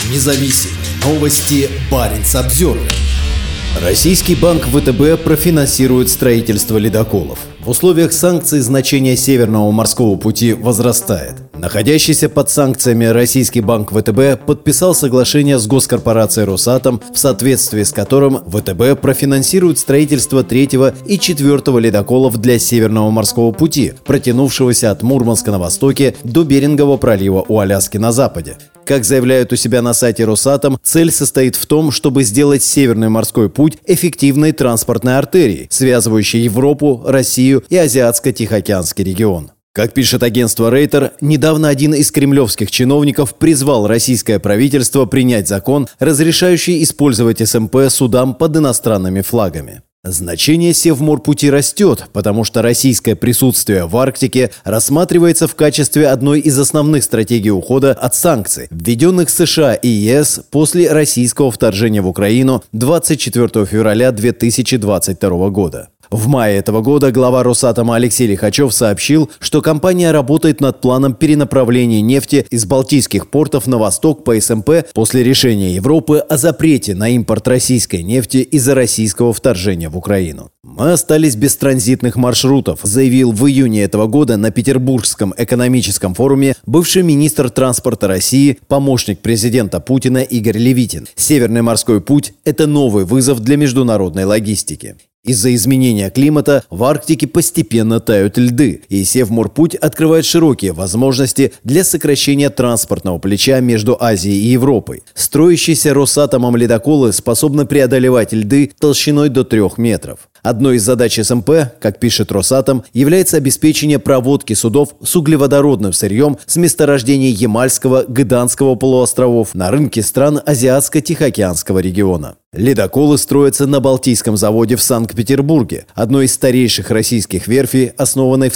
независим. Новости Баренц-Обзервер. Российский банк ВТБ профинансирует строительство ледоколов. В условиях санкций значение Северного морского пути возрастает. Находящийся под санкциями российский банк ВТБ подписал соглашение с госкорпорацией «Росатом», в соответствии с которым ВТБ профинансирует строительство 3-го и 4-го ледоколов для Северного морского пути, протянувшегося от Мурманска на востоке до Берингового пролива у Аляски на западе. Как заявляют у себя на сайте «Росатом», цель состоит в том, чтобы сделать Северный морской путь эффективной транспортной артерией, связывающей Европу, Россию и Азиатско-Тихоокеанский регион. Как пишет агентство Рейтер, недавно один из кремлевских чиновников призвал российское правительство принять закон, разрешающий использовать СМП судам под иностранными флагами. Значение Севморпути растет, потому что российское присутствие в Арктике рассматривается в качестве одной из основных стратегий ухода от санкций, введенных США и ЕС после российского вторжения в Украину 24 февраля 2022 года. В мае этого года глава Росатома Алексей Лихачев сообщил, что компания работает над планом перенаправления нефти из балтийских портов на восток по СМП после решения Европы о запрете на импорт российской нефти из-за российского вторжения в Украину. «Мы остались без транзитных маршрутов», заявил в июне этого года на Петербургском экономическом форуме бывший министр транспорта России, помощник президента Путина Игорь Левитин. Северный морской путь – это новый вызов для международной логистики. Из-за изменения климата в Арктике постепенно тают льды, и Севморпуть открывает широкие возможности для сокращения транспортного плеча между Азией и Европой. Строящиеся Росатомом ледоколы способны преодолевать льды толщиной до 3 метров. Одной из задач СМП, как пишет Росатом, является обеспечение проводки судов с углеводородным сырьем с месторождений Ямальского, Гыданского полуостровов на рынки стран Азиатско-Тихоокеанского региона. Ледоколы строятся на Балтийском заводе в Санкт-Петербурге, одной из старейших российских верфей, основанной в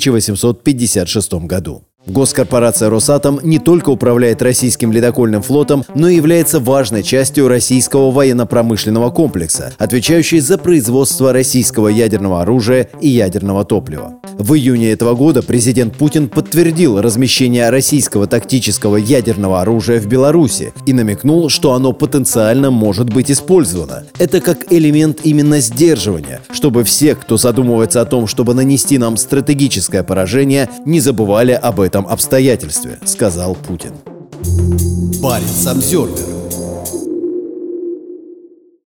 1856 году. Госкорпорация «Росатом» не только управляет российским ледокольным флотом, но и является важной частью российского военно-промышленного комплекса, отвечающей за производство российского ядерного оружия и ядерного топлива. В июне этого года президент Путин подтвердил размещение российского тактического ядерного оружия в Беларуси и намекнул, что оно потенциально может быть использовано. Это как элемент именно сдерживания, чтобы все, кто задумывается о том, чтобы нанести нам стратегическое поражение, не забывали об этом обстоятельстве, сказал Путин. Баренц-Обзервер.